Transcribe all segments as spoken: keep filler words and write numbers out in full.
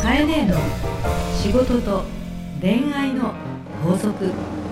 かえねえの仕事と恋愛の法則。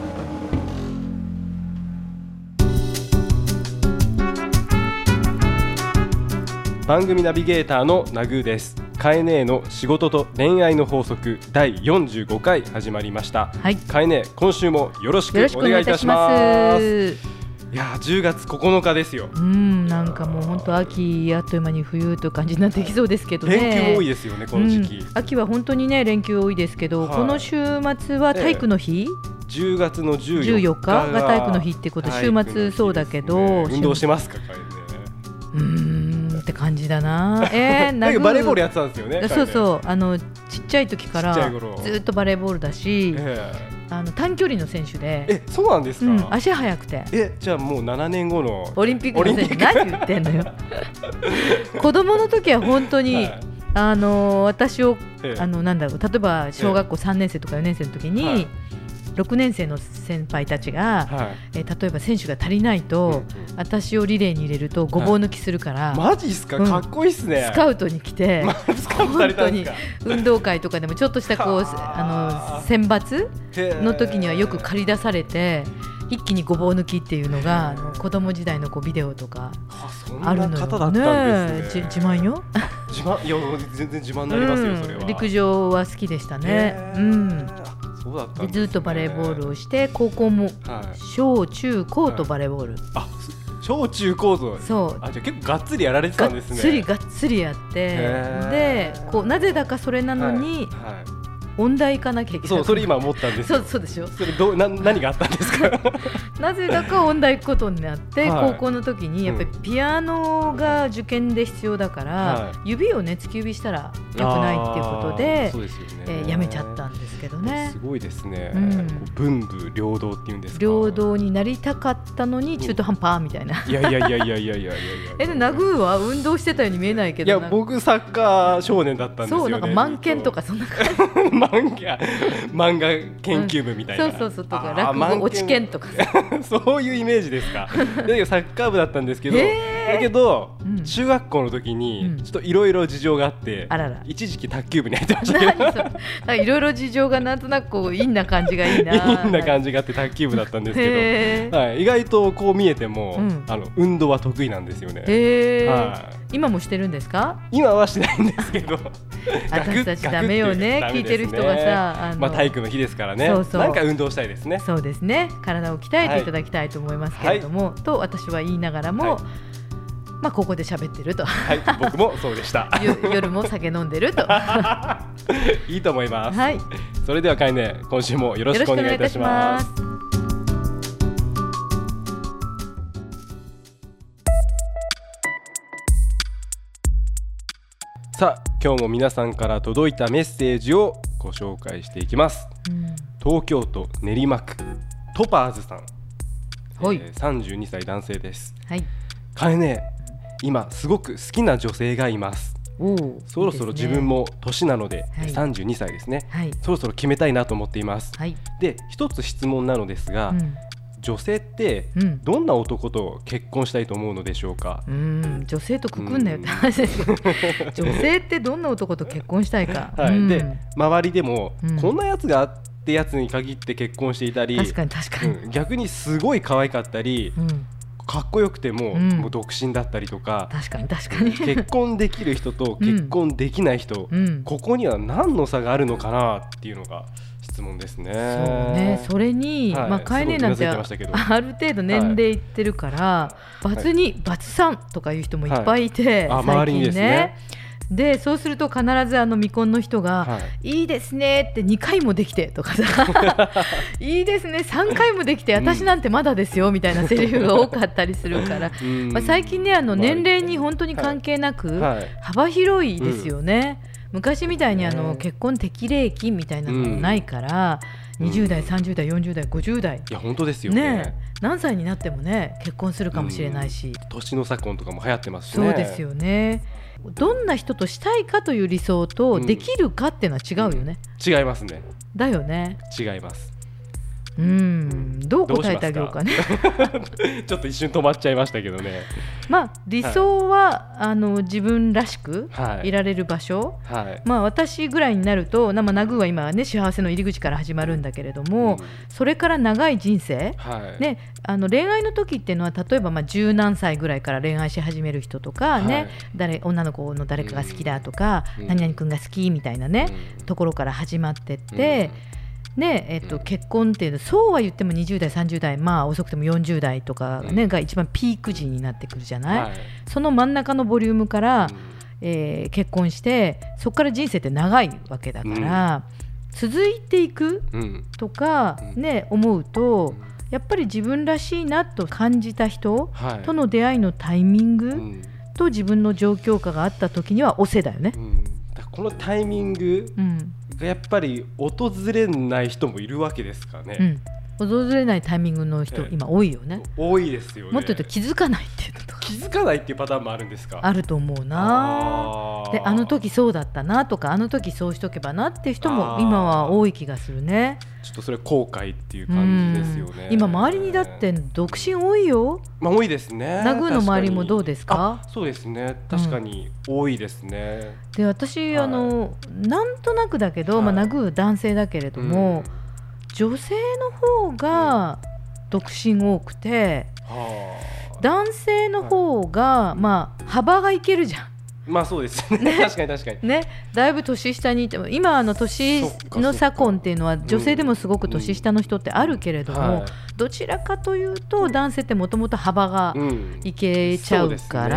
番組ナビゲーターのナグーです。かえねえの仕事と恋愛の法則だいよんじゅうごかい始まりました、 はい、 かえねえ今週もよろしくお願いいたします。いやじゅうがつここのかですよ。 うんなんかもう本当秋あっという間に冬という感じになってきそうですけどね。 連休多いですよねこの時期、 うん、秋は本当にね連休多いですけど、はい、この週末は体育の日、ええじゅうがつのじゅうよっかが体育の日ってこと、週末そうだけど、 ね、運動してますか？ うーんって感じだな。えー、 なんかバレーボールやってたんですよね。 そうそうあのちっちゃい時からずっとバレーボールだし、えー、あの短距離の選手で。 えそうなんですか、 うん、足速くて。 えじゃあもうななねんごのオリンピックの選手何言ってんのよ子供の時は本当に、はい、あの私を、ええ、あのなんだろう例えば小学校さんねん生とかよねん生の時に、はいろくねん生の先輩たちが、はいえー、例えば選手が足りないと、うんうん、私をリレーに入れるとごぼう抜きするから、 はい、マジっすか、うん、かっこいいっすね。 スカウトに来て、 まあ、スカウトされたんですか。 本当に運動会とかでもちょっとしたこうあの選抜の時にはよく借り出されて一気にごぼう抜きっていうのがあの子供時代のこうビデオとかあるのよ。 そんな方だったんですね。 自慢よ自慢いや全然自慢になりますよ、うん、それは。 陸上は好きでしたね、うんそうだったんですね、 でずっとバレーボールをして高校も小中高とバレーボール、はい、 あ小中高とそうあじゃあ結構がっつりやられてたんですね。 がっつりがっつりやってでこうなぜだかそれなのに、はいはい音大行かなきゃいけない。 そうそれ今思ったんですよ。 そうそうでしょ。 それどな何があったんですかなぜだか音大行くことになって、はい、高校の時にやっぱりピアノが受験で必要だから、はい、指をね突き指したら良くないっていうことで、そうですよね、えー、やめちゃったんですけどね。 すごいですね、うん、文武両道っていうんですか。 両道になりたかったのに中途半端みたいな。 いやいやいやいやいやいやいやえでナグーは運動してたように見えないけど。 いや僕サッカー少年だったんですよね。 そうなんか満研とかそんな感じ漫画, 漫画研究部みたいな、 うん、そうそうそうとか落語落ち研とかそういうイメージですか。だけどサッカー部だったんですけどだけど、うん、中学校の時にちょっといろいろ事情があって、うん、あらら一時期卓球部に入ってましたけどいろいろ事情がなんとなくこう陰な感じがいいな陰な感じがあって卓球部だったんですけど、はい、意外とこう見えても、うん、あの運動は得意なんですよね。 へー、はい、今もしてるんですか？ 今はしないんですけど私たちダメよね聞いてる人がさあの、 まあ、体育の日ですからね。そうそうなんか運動したいですね。 そうですね体を鍛えていただきたいと思いますけれども、はい、と私は言いながらも、はいまあ、ここで喋ってると、 はい、僕もそうでした夜も酒飲んでるといいと思います、 はい、 それではかえね今週もよろしくお願いいたします。さあ今日も皆さんから届いたメッセージをご紹介していきます、うん、東京都練馬区トパーズさん、はいえー、さんじゅうにさい男性です、はい、かえね今すごく好きな女性がいます。おそろそろ自分も年なので、はい、さんじゅうにさいですね、はい、そろそろ決めたいなと思っています、はい、で一つ質問なのですが、うん女性ってどんな男と結婚したいと思うのでしょうか？ うん、女性とくくんなよって話ですけど女性ってどんな男と結婚したいか、 はい、で周りでも、うん、こんなやつがあってやつに限って結婚していたり確かに確かに、 うん、逆にすごい可愛かったり、うん、かっこよくても、うん、もう独身だったりとか確かに確かに結婚できる人と結婚できない人、うん、ここには何の差があるのかなっていうのが質問ですね。 そうねそれに、はいまあ、カエネなんて あ, ある程度年齢いってるから、はい、バツに、バツさんとかいう人もいっぱいいて、はい、最近ねですねでそうすると必ずあの未婚の人が、はい、いいですねってにかいもできてとかさいいですねさんかいもできて、うん、私なんてまだですよみたいなセリフが多かったりするから、うんまあ、最近ねあの年齢に本当に関係なく、はい、幅広いですよね、うん昔みたいにあの結婚適齢期みたいなのもないから、うん、にじゅう代さんじゅう代よんじゅう代ごじゅう代いや本当ですよ ね, ね何歳になってもね結婚するかもしれないし、うん、 年の差婚とかも流行ってますしね。 そうですよね。どんな人としたいかという理想とできるかっていうのは違うよね、 うん、違いますね。 だよね。 違います。 うん、どう答えてあげようかねちょっと一瞬止まっちゃいましたけどね。 まあ理想は、はい、あの自分らしくいられる場所、はい、まあ私ぐらいになると、まあ、ナグーは今ね幸せの入り口から始まるんだけれども、うん、それから長い人生、はいね、あの恋愛の時っていうのは例えばまあ十何歳ぐらいから恋愛し始める人とか、ねはい、誰女の子の誰かが好きだとか、うん、何々君が好きみたいなね、うん、ところから始まってって、うんねえっと、結婚っていうのそうは言ってもにじゅう代さんじゅう代、まあ遅くてもよんじゅう代とか、ねうん、が一番ピーク時になってくるじゃない、はい、その真ん中のボリュームから、うんえー、結婚してそこから人生って長いわけだから、うん、続いていくとか、うんね、思うと、うん、やっぱり自分らしいなと感じた人との出会いのタイミング、はい、と自分の状況下があった時にはオセだよね、うん、 だこのタイミング、うんやっぱり訪れない人もいるわけですかね、 うん、訪れないタイミングの人、ええ、今多いよね。 多いですよね。 もっと言うと気づかないっていうこと気づかないっていうパターンもあるんですか。 あると思うな。あであの時そうだったなとかあの時そうしとけばなっていう人も今は多い気がするね。 ちょっとそれ後悔っていう感じですよね。 今周りにだって独身多いよ。 まあ多いですね。 ナグーの周りもどうですか。 そうですね確かに多いですね、 うん、で私、はい、あのなんとなくだけど、はいまあ、ナグー男性だけれども、うん、女性の方が独身多くて、うん、男性の方が、はいまあ、幅がいけるじゃん。 まあそうですね確かに確かに、 ね、だいぶ年下にいても今あの年の差婚っていうのは女性でもすごく年下の人ってあるけれども、うんうんはい、どちらかというと男性ってもともと幅がいけちゃうから、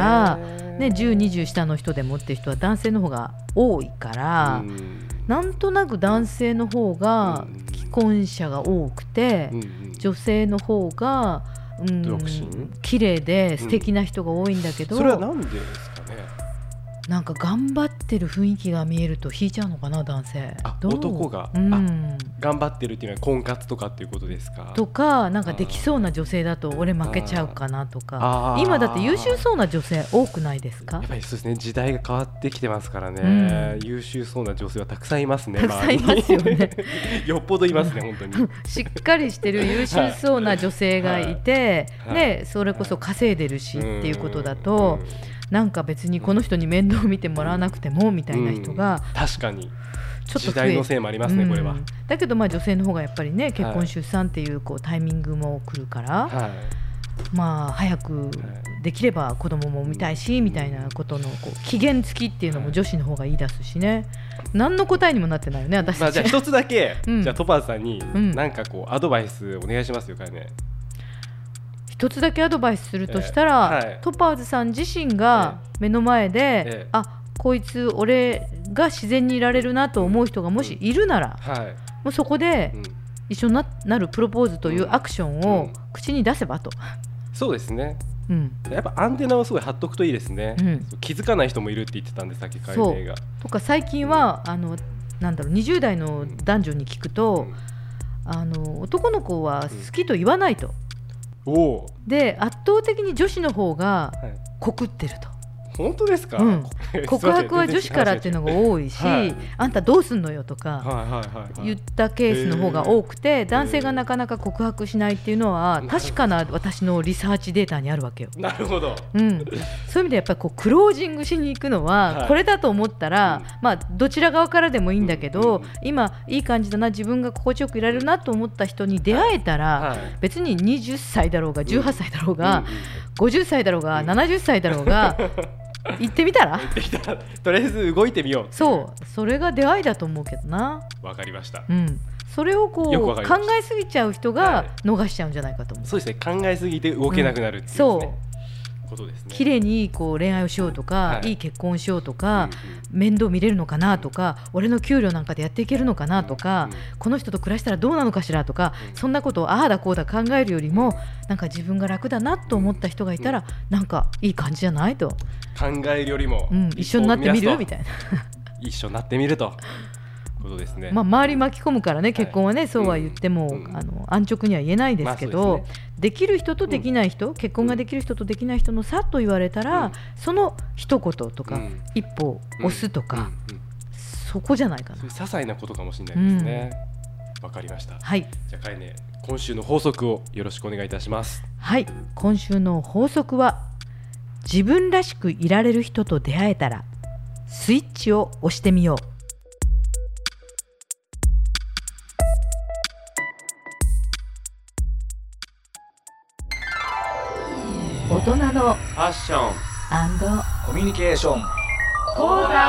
うんねね、じゅう、にじゅう下の人でもっていう人は男性の方が多いから、うん、なんとなく男性の方が既婚者が多くて、うんうん、女性の方が、うん、綺麗で素敵な人が多いんだけど、 うん、それはなんでですかね。 なんか頑張ってる雰囲気が見えると引いちゃうのかな男性。 あ男が、うん、あ頑張ってるっていうのは婚活とかっていうことですか。 とかなんかできそうな女性だと俺負けちゃうかなとか。今だって優秀そうな女性多くないですか。 やっぱりそうですね時代が変わってきてますからね、うん、優秀そうな女性はたくさんいますね。 たくさんいますよねよっぽどいますね本当にしっかりしてる優秀そうな女性がいて、はいはいね、それこそ稼いでるし、はい、っていうことだと、うんなんか別にこの人に面倒見てもらわなくてもみたいな人が、 うん、確かにちょっと時代のせいもありますね、うん、これは。 だけどまあ女性の方がやっぱりね結婚出産っていうこうタイミングも来るから、はい、まあ早くできれば子供も産みたいしみたいなことのこう期限付きっていうのも女子の方が言い出すしね。何の答えにもなってないよね私たち、 まあ、じゃあ一つだけ、うん、じゃあトパーズさんに何かこうアドバイスお願いしますよからね。 一つだけアドバイスするとしたら、えーはい、トパーズさん自身が目の前で、えー、あこいつ俺が自然にいられるなと思う人がもしいるなら、うんはい、もうそこで一緒に な, なるプロポーズというアクションを口に出せばと、 うん、そうですね、うん、やっぱアンテナをすごい張っとくといいですね、うん、気づかない人もいるって言ってたんでさっきカイネがとか最近は、うん、あのなんだろうにじゅう代の男女に聞くと、うん、あの男の子は好きと言わないと、おで圧倒的に女子の方が告ってると、 本当ですか、 うん、告白は女子からっていうのが多いし、はい、あんたどうすんのよとか言ったケースの方が多くて、男性がなかなか告白しないっていうのは確かな私のリサーチデータにあるわけよ。 なるほど、 うん、そういう意味でやっぱりこうクロージングしに行くのはこれだと思ったら、はい、まあ、どちら側からでもいいんだけど、うん、今いい感じだな自分が心地よくいられるなと思った人に出会えたら、はいはい、別ににじゅっさいだろうがじゅうはっさいだろうが、うん、ごじゅっさいだろうがななじゅっさいだろうが行ってみたらとりあえず動いてみよう。 そうそれが出会いだと思うけどな。 わかりました、 うん、それをこう考えすぎちゃう人が逃しちゃうんじゃないかと思う、はい、 そうですね考えすぎて動けなくなるっていうですね、うん、そうことですね。 綺麗にこう恋愛をしようとか、はい、いい結婚をしようとか、うんうん、面倒見れるのかなとか、うん、俺の給料なんかでやっていけるのかなとか、うん、この人と暮らしたらどうなのかしらとか、うん、そんなことをああだこうだ考えるよりもなんか自分が楽だなと思った人がいたら、うん、なんかいい感じじゃないと考えるよりも、 うん、一緒になってみるみたいな一緒になってみるとことですね。 まあ、周り巻き込むからね、結婚はね、はい、そうは言っても、うん、あの安直には言えないですけど、まあでね、できる人とできない人、うん、結婚ができる人とできない人の差と言われたら、うん、その一言とか、うん、一歩押すとか、うんうんうん、そこじゃないかな。 そういう些細なことかもしれないですね。わ、うん、かりました、 はい、 じゃあかえね今週の法則をよろしくお願いいたします。 はい、今週の法則は、自分らしくいられる人と出会えたらスイッチを押してみよう。大人のファッション & コミュニケーション講座。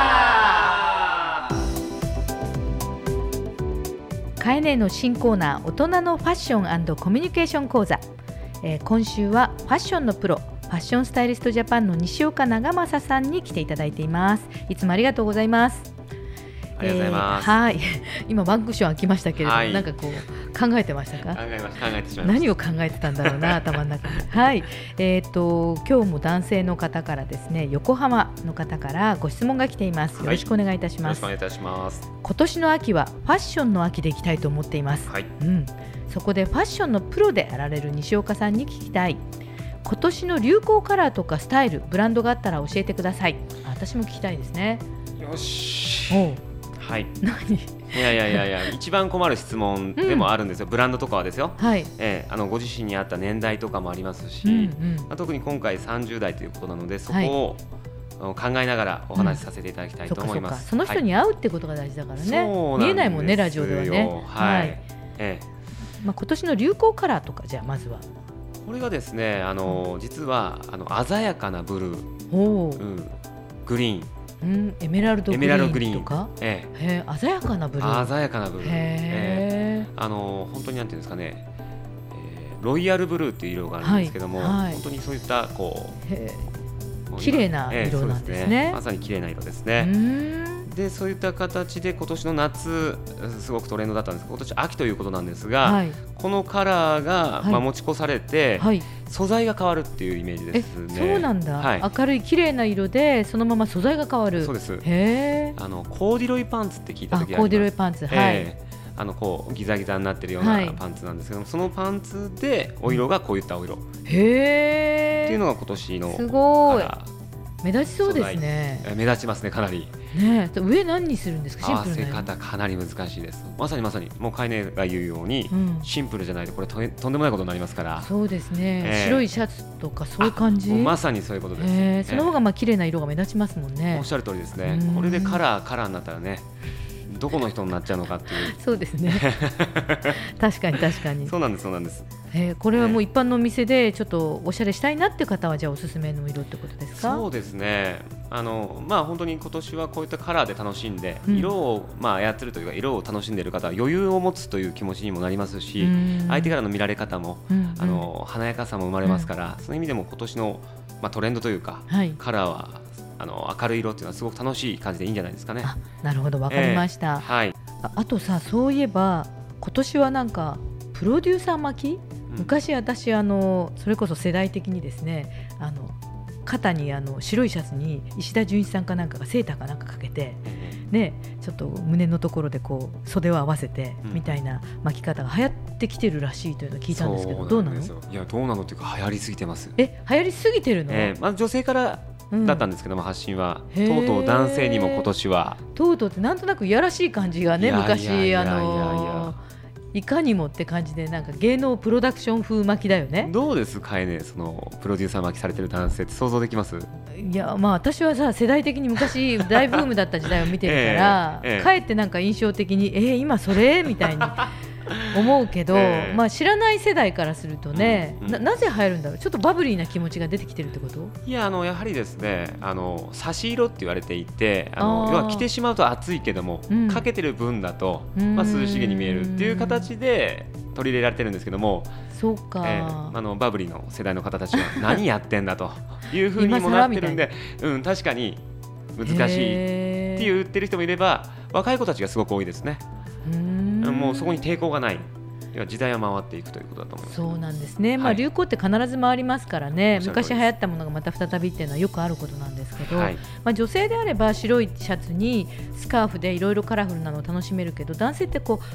カエネの新コーナー、大人のファッション&コミュニケーション講座、えー、今週はファッションのプロ、ファッションスタイリストジャパンの西岡長政さんに来ていただいています。いつもありがとうございます。 ありがとうございます。 えー、はい今ワンクッション開きましたけれども、 はい、 なんかこう考えてましたか？ 考えました考えてしまいました。 何を考えてたんだろうな頭の中ではい、えー、と今日も男性の方からですね、横浜の方からご質問が来ています。よろしくお願いいたします。 はい、よろしくお願いいたします。 今年の秋はファッションの秋でいきたいと思っています。 はい、 うん、そこでファッションのプロであられる西岡さんに聞きたい、今年の流行カラーとかスタイル、ブランドがあったら教えてください。私も聞きたいですね。 よし。 おう、 はい。 何？ いやいやいやいや一番困る質問でもあるんですよ、うん、ブランドとかはですよ、 はい、 えー、あのご自身に合った年代とかもありますし、 うんうん、 まあ、特に今回さんじゅう代ということなので、そこを考えながらお話しさせていただきたいと思います。 うん、そ, その人に会うってことが大事だからね、はい、見えないもんね、ラジオではね。 はい、はい、えーまあ、今年の流行カラーとか、じゃあまずはこれがですね、あの実はあの鮮やかなブルー、 お、 うん、グリーン、 うん、エメラルドグリーンとか、 ええ、 へー、鮮やかなブルー、 鮮やかなブルー、えー、あの本当になんていうんですかね、えー、ロイヤルブルーっていう色があるんですけども、はいはい、本当にそういったこう綺麗な色なんですね。えー、そうですね、 まさに綺麗な色ですね。でそういった形で今年の夏すごくトレンドだったんですが、今年秋ということなんですが、はい、このカラーが、はい、まあ、持ち越されて、はい、素材が変わるっていうイメージですね。 え、そうなんだ、はい、明るい綺麗な色でそのまま素材が変わる。 そうです。 へー、あのコーディロイパンツって聞いた時あります。 コーディロイパンツ、はい、 えー、あのこうギザギザになってるようなパンツなんですけども、はい、そのパンツでお色がこういったお色、 へー、 っていうのが今年のすごい目立ちそうですね。 目立ちますね、かなりね。上何にするんですか？シンプルな合わせ方かなり難しいです。まさにまさにもうカイネが言うように、うん、シンプルじゃないとこれ と, とんでもないことになりますから。 そうですね、えー、白いシャツとかそういう感じ。 まさにそういうことです、 えー、その方がまあ綺麗な色が目立ちますもんね。 おっしゃる通りですね。これでカラーカラーになったらね、どこの人になっちゃうのかっていう。 そうですね確かに確かにそうなんですそうなんです、 えー、これはもう一般のお店でちょっとおしゃれしたいなっていう方はじゃあおすすめの色ってことですか？ そうですね、あの、まあ、本当に今年はこういったカラーで楽しんで、うん、色を、まあ、操るというか色を楽しんでいる方は余裕を持つという気持ちにもなりますし、相手からの見られ方も、うん、あの華やかさも生まれますから、うん、その意味でも今年の、まあ、トレンドというか、はい、カラーはあの明るい色っていうのはすごく楽しい感じでいいんじゃないですかね。 あ、なるほど、わかりました、えーはい、あ, あとさ、そういえば今年はなんかプロデューサー巻き、うん、昔私あのそれこそ世代的にですね、あの肩にあの白いシャツに石田純一さんかなんかがセーターかなんかかけて、うん、ね、ちょっと胸のところでこう袖を合わせてみたいな巻き方が流行ってきてるらしいというのを聞いたんですけど、どうなの？ いや、どうなのっていうか流行りすぎてます。 え、流行りすぎてるの？ えーまあ、女性からだったんですけども、うん、発信はとうとう男性にも今年はとうとうってなんとなくいやらしい感じがね、昔あのいかにもって感じで、なんか芸能プロダクション風巻きだよね。どうですかね、そのプロデューサー巻きされてる男性って想像できます？ いや、まあ私はさ、世代的に昔大ブームだった時代を見てるから、えーえー、かえってなんか印象的に、えー、今それみたいに思うけど、えーまあ、知らない世代からするとね、うんうん、な, なぜ流行るんだろう。ちょっとバブリーな気持ちが出てきてるってこと？ いや、あのやはりですね、あの差し色って言われていて、あの要は着てしまうと暑いけども、うん、かけてる分だと、まあ、涼しげに見えるっていう形で取り入れられてるんですけども、 そうか、 えー、あのバブリーの世代の方たちは何やってんだというふうにもなってるんでうん、確かに難しいって言ってる人もいれば、若い子たちがすごく多いですね。うーん、もうそこに抵抗がない、時代は回っていくということだと思います。 そうなんですね、まあ、流行って必ず回りますからね、はい、昔流行ったものがまた再びっていうのはよくあることなんですけど、はい、まあ、女性であれば白いシャツにスカーフでいろいろカラフルなのを楽しめるけど、男性ってこう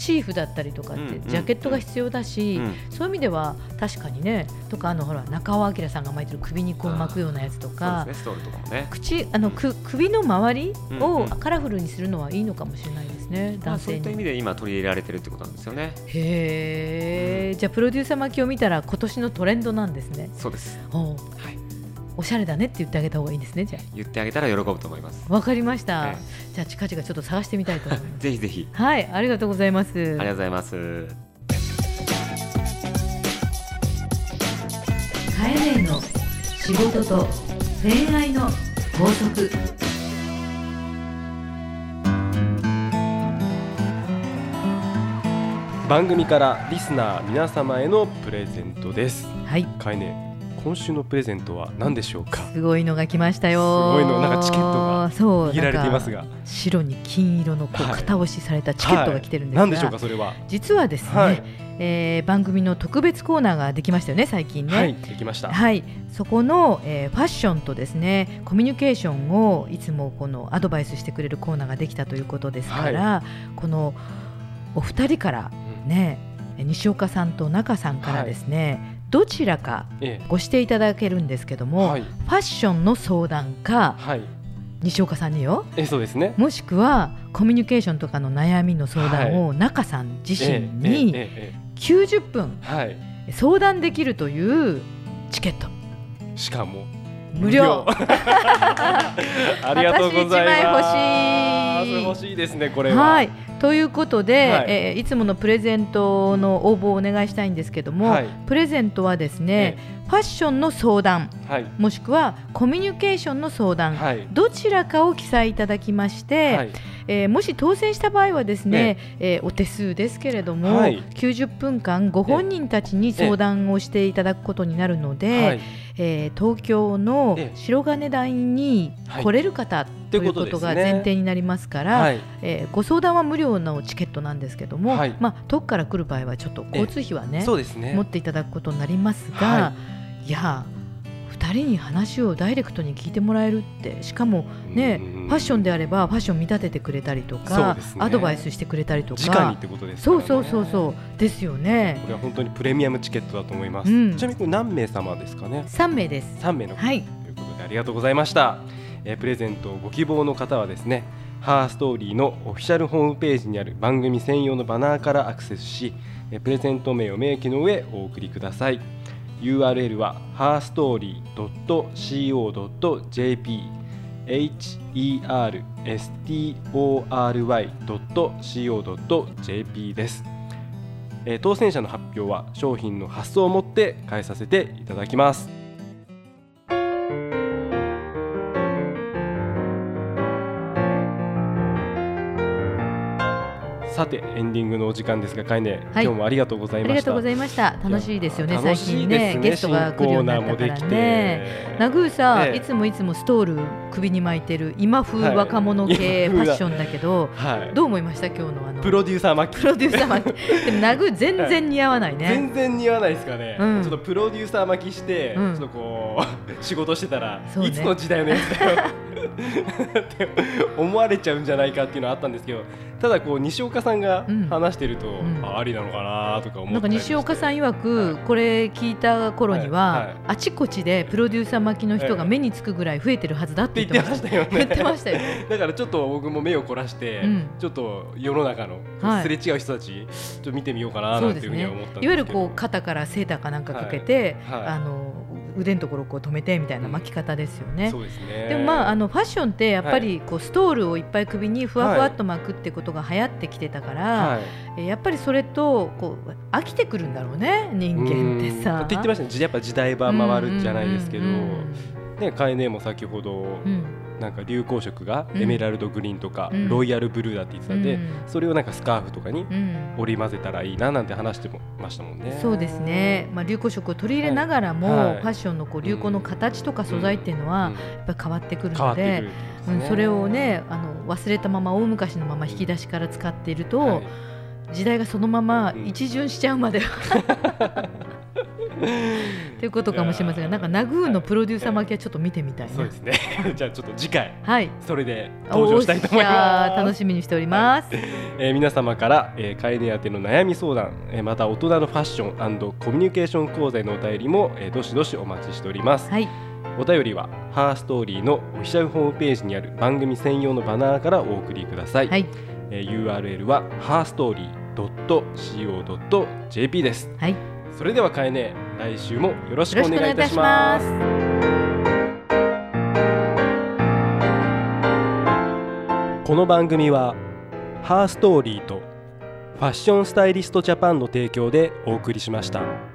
チーフだったりとかってジャケットが必要だし、うんうん、そういう意味では確かにねとかあのほら中尾明さんが巻いてる首にこう巻くようなやつとか、 そうですね、ストールとかもね、 口あの、うん、く首の周りをカラフルにするのはいいのかもしれないですね、うん、男性に、まあ、そういった意味で今取り入れられてるってことなんですよね。 へー、うん、じゃあプロデューサー巻きを見たら今年のトレンドなんですね。 そうです。 お、はい、おしゃれだねって言ってあげた方がいいんですね。じゃあ言ってあげたら喜ぶと思います。 わかりました、ええ、じゃあ近々ちょっと探してみたいと思いますぜひぜひ。 はい、ありがとうございます。ありがとうございます。 カエネの仕事と恋愛の法則。 番組からリスナー皆様へのプレゼントです。 はい、 カエネ、今週のプレゼントは何でしょうか。 すごいのが来ましたよ。 すごいの、なんかチケットが握られていますが、 白に金色のこう型押しされたチケットが来てるんですが、 はいはい、何でしょうかそれは。 実はですね、はい、えー、番組の特別コーナーができましたよね最近ね。 はい、できました。 はい、そこの、えー、ファッションとですねコミュニケーションをいつもこのアドバイスしてくれるコーナーができたということですから、はい、このお二人からね、うん、西岡さんと中さんからですね、はい、どちらかご指定いただけるんですけども、はい、ファッションの相談か、はい、西岡さんによ、 えそうですね、 もしくはコミュニケーションとかの悩みの相談を中さん自身にきゅうじゅっぷん相談できるというチケット、 しかも無料ありがとうございます。 私いちまい欲しい。 欲しいですねこれは。 はい、ということで、はい、えー、いつものプレゼントの応募をお願いしたいんですけども、はい、プレゼントはですね、えー、ファッションの相談、はい、もしくはコミュニケーションの相談、はい、どちらかを記載いただきまして、はい、えー、もし当選した場合はですね、えー、お手数ですけれども、はい、きゅうじゅっぷんかんご本人たちに相談をしていただくことになるので、はい、えー、東京の白金台に来れる方、はい、ということが前提になりますから、はい、えー、ご相談は無料のチケットなんですけども、はい、まあ、遠くから来る場合はちょっと交通費は ね, そうですね持っていただくことになりますが、はい、いやふたりに話をダイレクトに聞いてもらえるって、しかも、ね、ファッションであればファッション見立ててくれたりとか、ね、アドバイスしてくれたりとか、 直にってことですからね。 そうそうそうそうですよね。 これは本当にプレミアムチケットだと思います、うん、ちなみにこれ何名様ですかね。 さんめいです。 さんめいの方、 はい、 ということでありがとうございました。えー、プレゼントをご希望の方はですね、ハーストーリーのオフィシャルホームページにある番組専用のバナーからアクセスし、えー、プレゼント名を明記の上お送りください。 ユーアールエル は ハーストーリー ドット シーオー ドット ジェーピー エイチ イー アール エス ティー オー アール ワイ ドット シーオー ドット ジェーピー です。えー、当選者の発表は商品の発送をもって返させていただきます。さてエンディングのお時間ですが、カイネ、はい、今日もありがとうございました。 ありがとうございました。楽しいですよね。最近ね、ゲストが来るようになったからね。ナグーさ、ええ、いつもいつもストール首に巻いてる今風若者系ファッションだけど、はい、どう思いました今日のあのプロデューサー巻き。 プロデューサー巻き。でもナグー全然似合わないね。 全然似合わないですかね。うん、ちょっとプロデューサー巻きして、うん、ちょっとこう仕事してたら、ね、いつの時代のやつだよって思われちゃうんじゃないかっていうのはあったんですけど、ただこう西岡さんが話してると、うん、あ, ありなのかなとか思って、 なんか西岡さん曰く、はい、これ聞いた頃には、はいはい、あちこちでプロデューサー巻きの人が目につくぐらい増えてるはずだって言ってましたよね。言ってましたよね。 だからちょっと僕も目を凝らして、うん、ちょっと世の中のすれ違う人たち、はい、ちょっと見てみようかななんていうふうに思ったんですけど、 いわゆるこう肩からセーターかなんかかけて、はいはい、あの腕のところをこう止めてみたいな巻き方ですよね。うん、そうですね。でもまああのファッションってやっぱりこうストールをいっぱい首にふわふわっと巻くってことが流行ってきてたから、はい、やっぱりそれとこう飽きてくるんだろうね、人間ってさ。 って言ってましたね。やっぱ時代は回るじゃないですけど、ね、カエネも先ほど、うん、なんか流行色がエメラルドグリーンとか、うん、ロイヤルブルーだって言ってたんで、うん、それをなんかスカーフとかに織り交ぜたらいいななんて話してましたもんね。 そうですね、まあ、流行色を取り入れながらも、はいはい、ファッションのこう流行の形とか素材っていうのはやっぱり変わってくるので、うん、それをねあの忘れたまま大昔のまま引き出しから使っていると、はい、時代がそのまま一巡しちゃうまでは、うんということかもしれませんが、なんかナグーのプロデューサー巻きはちょっと見てみたいな。 そうですね。じゃあちょっと次回、 はい、 それで登場したいと思います。 楽しみにしております。 はい、えー、皆様から、えー、飼い主宛ての悩み相談、えー、また大人のファッション&コミュニケーション講座へのお便りも、えー、どしどしお待ちしております。 はい、 お便りはハーストーリーのオフィシャルホームページにある番組専用のバナーからお送りください。 はい、 えー、ユーアールエル は ハーストーリードットシーオードットジェーピー です。 はい、 それではかえね、来週もよろしくお願いいたします。この番組はハーストーリーとファッションスタイリストジャパンの提供でお送りしました。